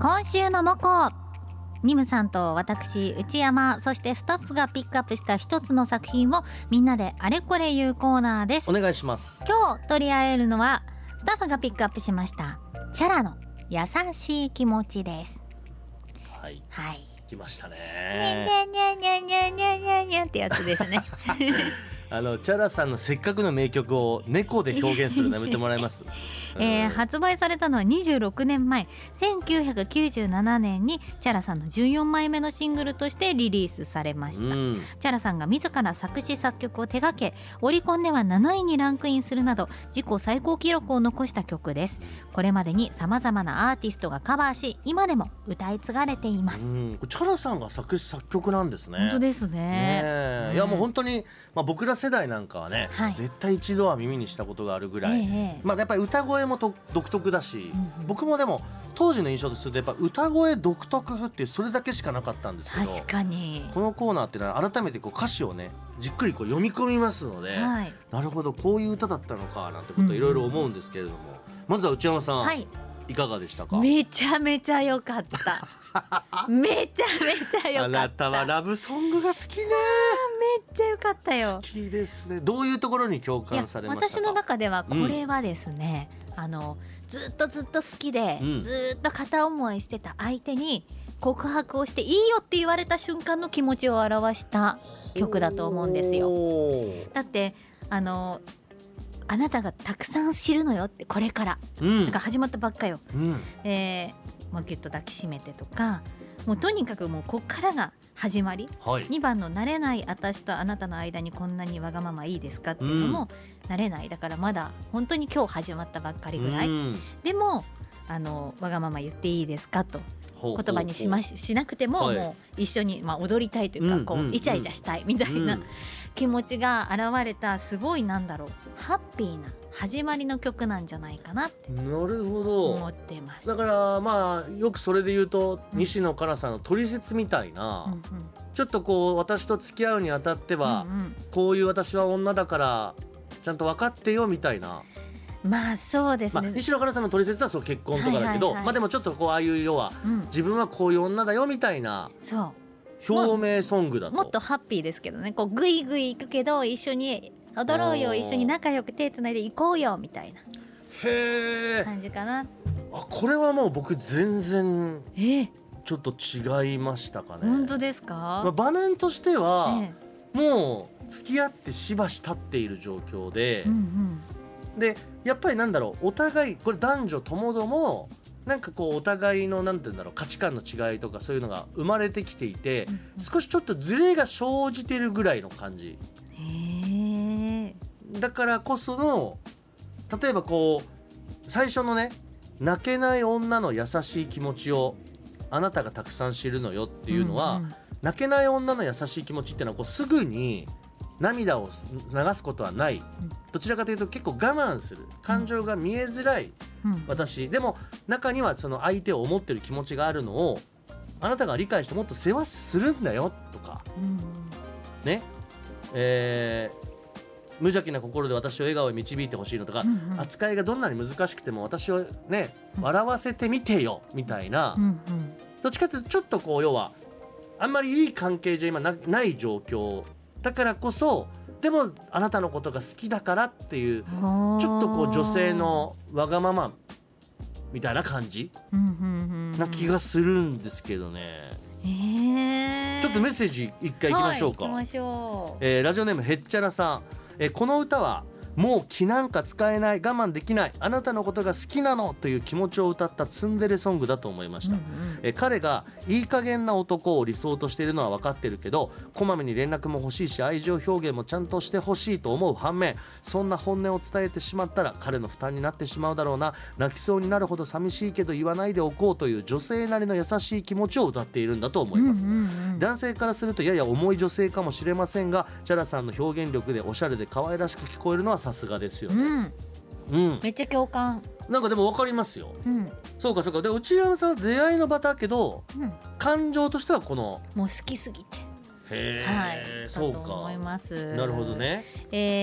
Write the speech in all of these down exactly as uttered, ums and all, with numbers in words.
今週のモコニムさんと私内山、そしてスタッフがピックアップした一つの作品をみんなであれこれ言うコーナーです。 お願いします。 今日取り上げるのはスタッフがピックアップしましたチャラの優しい気持ちです。 はいはい来ましたね。 にゃにゃにゃにゃにゃにゃにゃってやつですねあのチャラさんのせっかくの名曲を猫で表現するのやめてもらえます、 えー、発売されたのはにじゅうろくねんまえせんきゅうひゃくきゅうじゅうななねんにチャラさんのじゅうよんまいめのシングルとしてリリースされました、うん、チャラさんが自ら作詞作曲を手掛けオリコンではなないにランクインするなど自己最高記録を残した曲です。これまでにさまざまなアーティストがカバーし今でも歌い継がれています。うん、 チャラさんが作詞作曲なんですね。 本当ですね。 ね、うん、いやもう本当に、まあ、僕ら世代なんかはね、はい、絶対一度は耳にしたことがあるぐらい、えーまあ、やっぱり歌声もと独特だし、うんうん、僕もでも当時の印象とするとやっぱ歌声独特っていうそれだけしかなかったんですけど、 確かにこのコーナーっていうのは改めてこう歌詞をねじっくりこう読み込みますので、はい、なるほどこういう歌だったのかなんてこといろいろ思うんですけれども、うんうん、まずは内山さん、はい、いかがでしたか？ めちゃめちゃ良かっためちゃめちゃ良かった。 あなたはラブソングが好きね。 めっちゃ良かったよ。 好きですね。どういうところに共感されましたか？ 私の中ではこれはですね、うん、あのずっとずっと好きで、うん、ずっと片思いしてた相手に告白をしていいよって言われた瞬間の気持ちを表した曲だと思うんですよ。だってあのあなたがたくさん知るのよってこれから、うん、だから始まったばっかよ、うん、えー、もうギュッと抱きしめてとかもうとにかくもうこっからが始まり、はい、にばんの慣れない私とあなたの間にこんなにわがままいいですかっていうのも慣れない、だからまだ本当に今日始まったばっかりぐらい、うん、でもあのわがまま言っていいですかと言葉にしまし、しなくても、はい、もう一緒に、まあ、踊りたいというか、うん、こうイチャイチャしたいみたいな、うん、気持ちが現れたすごいなんだろうハッピーな始まりの曲なんじゃないかなって思ってます。 だからまあよくそれで言うと、うん、西野カナさんのトリセツみたいな、うんうん、ちょっとこう私と付き合うにあたっては、うんうん、こういう私は女だからちゃんと分かってよみたいな。 まあそうですね、 まあ、西野カナさんのトリセツはそう結婚とかだけど、はいはいはい、まあでもちょっとこうああいう要は、うん、自分はこういう女だよみたいなそう表明ソングだとも, もっとハッピーですけどね、こうグイグイ行くけど一緒に踊ろうよ、一緒に仲良く手つないで行こうよみたいなへ感じかな。 あこれはもう僕全然ちょっと違いましたかね。 本当ですか？ まあ、場面としては、ええ、もう付き合ってしばし経っている状況で、うんうん、でやっぱりなんだろうお互いこれ男女ともどもなんかこうお互いのなんて言うんだろう価値観の違いとかそういうのが生まれてきていて、うんうん、少しちょっとズレが生じてるぐらいの感じ。へだからこその例えばこう最初のね泣けない女の優しい気持ちをあなたがたくさん知るのよっていうのは、うんうん、泣けない女の優しい気持ちっていうのはこうすぐに涙を流すことはない、うん、どちらかというと結構我慢する感情が見えづらい、うん、私でも中にはその相手を思ってる気持ちがあるのをあなたが理解してもっと世話するんだよとか、うん、ねえー、無邪気な心で私を笑顔へ導いてほしいのとか、うんうん、扱いがどんなに難しくても私をね笑わせてみてよみたいな、うんうん、どっちかというとちょっとこう要はあんまりいい関係じゃ今 な, ない状況だからこそでもあなたのことが好きだからっていうちょっとこう女性のわがままみたいな感じ、うんうんうん、な気がするんですけどね。えー、ちょっとメッセージ一回いきましょうか、 はい、行きましょう。 えー、ラジオネームへっちゃらさん、えー、この歌はもう気なんか使えない、我慢できない、あなたのことが好きなのという気持ちを歌ったツンデレソングだと思いました、うんうん、え彼がいい加減な男を理想としているのは分かってるけど、こまめに連絡も欲しいし愛情表現もちゃんとしてほしいと思う反面、そんな本音を伝えてしまったら彼の負担になってしまうだろうな、泣きそうになるほど寂しいけど言わないでおこうという女性なりの優しい気持ちを歌っているんだと思います、うんうんうん、男性からするとやや重い女性かもしれませんが、チャラさんの表現力でおしゃれで可愛らしく聞こえるのはさすがですよね、うんうん、めっちゃ共感。 なんかでも分かりますよ、うん、そうかそうか。で内山さんは出会いの場だけど、うん、感情としてはこのもう好きすぎてへー、はい、そうかだと思います。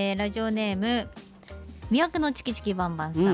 なるほどね、 えー、ラジオネーム魅惑のチキチキバンバンさん、うん、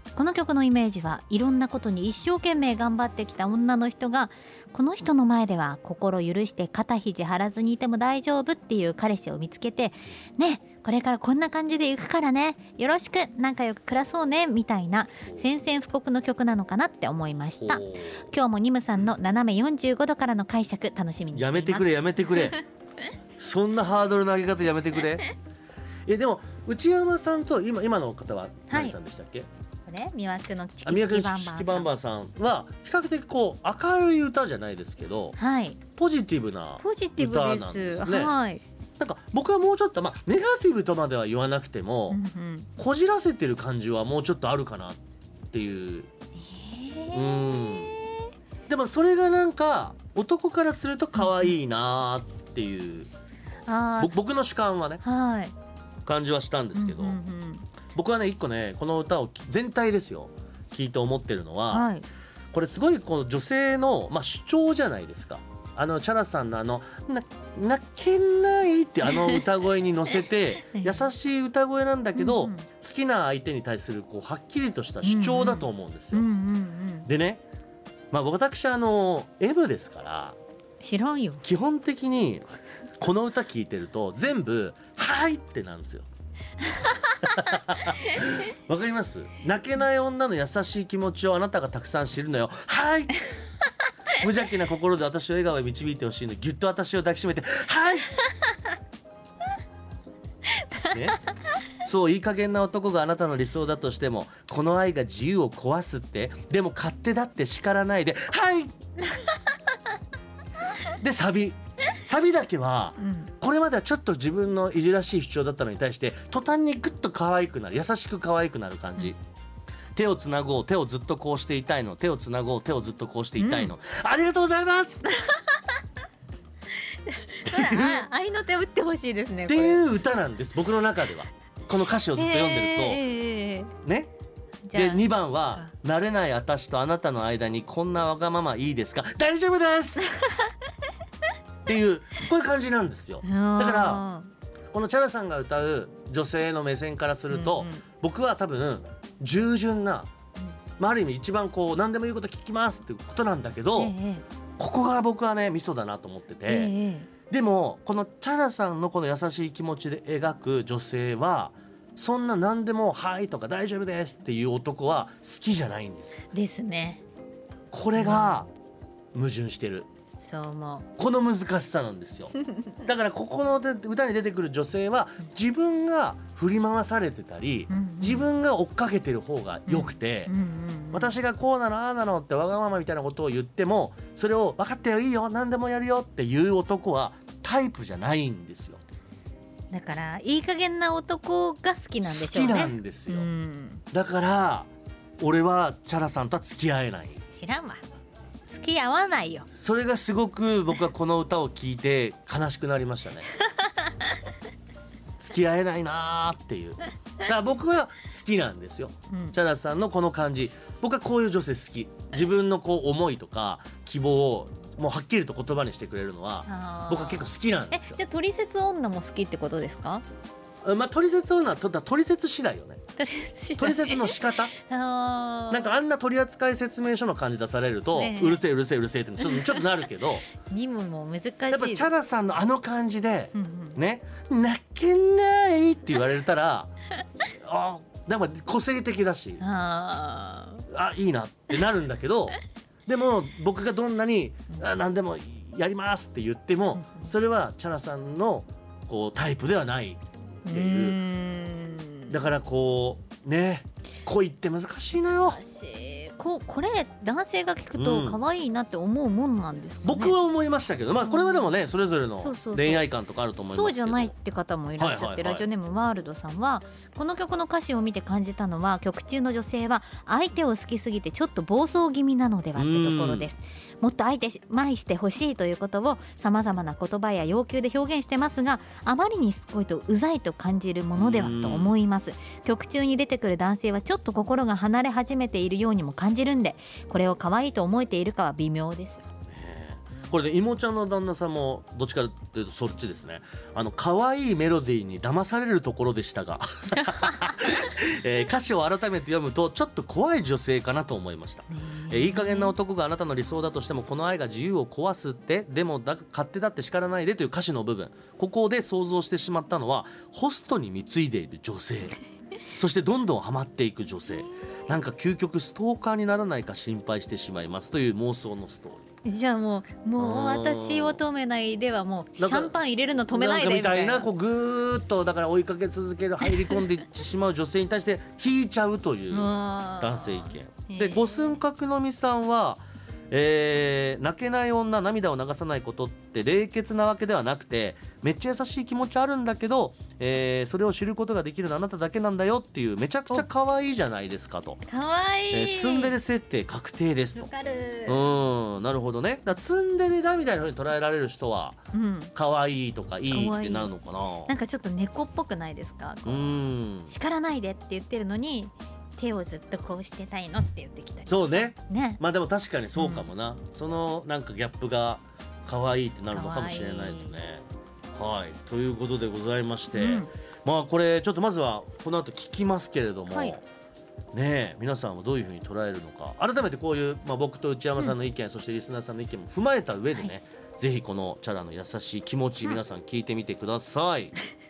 この曲のイメージはいろんなことに一生懸命頑張ってきた女の人がこの人の前では心許して肩肘張らずにいても大丈夫っていう彼氏を見つけて、ね、これからこんな感じで行くからね、よろしく仲良く暮らそうねみたいな宣戦布告の曲なのかなって思いました。今日もニムさんの斜めよんじゅうごどからの解釈楽しみにしています。 やめてくれやめてくれそんなハードルの上げ方やめてくれえでも内山さんと 今, 今の方は何さんでしたっけ、 はい、これ魅惑のチキチチキバンバンさんは比較的こう明るい歌じゃないですけど、 はい、 ポジティブな歌なんですね。 はい、 なんか僕はもうちょっと、まあ、ネガティブとまでは言わなくても、うんうん、こじらせてる感じはもうちょっとあるかなっていう、えー、うんでもそれがなんか男からすると可愛いなっていう、うん、あ僕の主観はね、はい、感じはしたんですけど、うんうんうん、僕はね一個ねこの歌を全体ですよ聞いて思ってるのは、はい、これすごいこの女性の、まあ、主張じゃないですか。あのチャラさんのあのな泣けないってあの歌声に乗せて優しい歌声なんだけど、うんうん、好きな相手に対するこうはっきりとした主張だと思うんですよ、うんうんうんうん、でね、まあ、私あの M ですから知らんよ。 基本的にこの歌聴いてると全部はいってなんですよわかります？泣けない女の優しい気持ちをあなたがたくさん知るのよ。はい無邪気な心で私を笑顔へ導いてほしいの。ぎゅっと私を抱きしめてはいね、そういい加減な男があなたの理想だとしてもこの愛が自由を壊すって、でも勝手だって叱らないではいでサビサビだけは、うん、これまではちょっと自分のいじらしい主張だったのに対して途端にグッと可愛くなる、優しく可愛くなる感じ、うん、手をつなごう、手をずっとこうしていたいの、手をつなごう、手をずっとこうしていたいの、うん、ありがとうございます愛の手を打ってほしいですねっていう歌なんです僕の中では。この歌詞をずっと読んでると、えー、ねでにばんは慣れない私とあなたの間にこんなわがままいいですか、大丈夫ですっていうこういう感じなんですよ。だからこのチャラさんが歌う女性の目線からすると、うんうん、僕は多分従順な、まあ、ある意味一番こう何でも言うこと聞きますっていうことなんだけど、えー、ここが僕はねミソだなと思ってて、えー、でもこのチャラさんのこの優しい気持ちで描く女性はそんな何でもはいとか大丈夫ですっていう男は好きじゃないんですよ。 ですね。 これが矛盾してる、 そう思う。 この難しさなんですよ。だからここの歌に出てくる女性は自分が振り回されてたり、うんうん、自分が追っかけてる方がよくて、うんうんうん、私がこうなのああなのってわがままみたいなことを言ってもそれを分かったよいいよ何でもやるよっていう男はタイプじゃないんですよ。 だからいい加減な男が好きなんでしょうね。 好きなんですよ、うん、だから俺はチャラさんとは付き合えない。 知らんわ、付き合わないよ。 それがすごく僕はこの歌を聴いて悲しくなりましたね付き合えないなーっていう。だから僕は好きなんですよ、うん、チャラさんのこの感じ。僕はこういう女性好き。自分のこう思いとか希望をもうはっきりと言葉にしてくれるのは僕は結構好きなんですよ。 えじゃあトリセツ女も好きってことですか？ まあトリセツ女はトリセツ次第よね。トリセツの仕方なんかあんな取扱説明書の感じ出されると、ね、うるせえうるせえうるせえってちょっとちょっとなるけど任務も難しい。 やっぱチャラさんのあの感じで、うんうん、ね泣けないって言われたらあなんか個性的だしああいいなってなるんだけどでも僕がどんなにあ何でもやりますって言ってもそれはチャラさんのこうタイプではないっていう。だからこうね恋って難しいのよ。 こ, これ男性が聞くと可愛いなって思うもんなんですかね、 うん、僕は思いましたけど、まあ、これはでもねそれぞれの恋愛観とかあると思いますけど、 そうじゃないって方もいらっしゃって、はいはいはい、ラジオネームワールドさんはこの曲の歌詞を見て感じたのは曲中の女性は相手を好きすぎてちょっと暴走気味なのではってところです。もっと相手愛してほしいということをさまざまな言葉や要求で表現してますがあまりにしつこいとうざいと感じるものではと思います。曲中に出てくる男性はちょっと心が離れ始めているようにも感じるんでこれを可愛いと思えているかは微妙です。 これで妹ちゃんの旦那さんもどっちかというとそっちですね。あの可愛いメロディーに騙されるところでしたがえー、歌詞を改めて読むとちょっと怖い女性かなと思いました、えー、いい加減な男があなたの理想だとしてもこの愛が自由を壊すってでもだ勝手だって叱らないでという歌詞の部分、ここで想像してしまったのはホストに貢いでいる女性そしてどんどんハマっていく女性、なんか究極ストーカーにならないか心配してしまいますという妄想のストーリー。 じゃあもうもう私を止めないではもうシャンパン入れるの止めないでみたいな、 みたいなこうぐーっとだから追いかけ続ける入り込んでいってしまう女性に対して引いちゃうという男性意見で、五寸角のみさんはえー、泣けない女涙を流さないことって冷血なわけではなくてめっちゃ優しい気持ちあるんだけど、えー、それを知ることができるのはあなただけなんだよっていうめちゃくちゃ可愛いじゃないですかと。 可愛い、 えー、ツンデレ設定確定ですと。 わかる。 うん、なるほどね。だツンデレだみたいな風に捉えられる人は、うん、可愛いとかいいってなるのかな。 なんかちょっと猫っぽくないですか。うん、叱らないでって言ってるのに手をずっとこうしてたいのって言ってきたり。 そうね。 ね。 まあでも確かにそうかもな。うん、そのなんかギャップが可愛いってなるのかもしれないですね。はい。ということでございまして、うん、まあこれちょっとまずはこの後聞きますけれども、はい、ねえ皆さんはどういうふうに捉えるのか、改めてこういう、まあ、僕と内山さんの意見、うん、そしてリスナーさんの意見も踏まえた上でね、はい、ぜひこのチャラの優しい気持ち、皆さん聞いてみてください。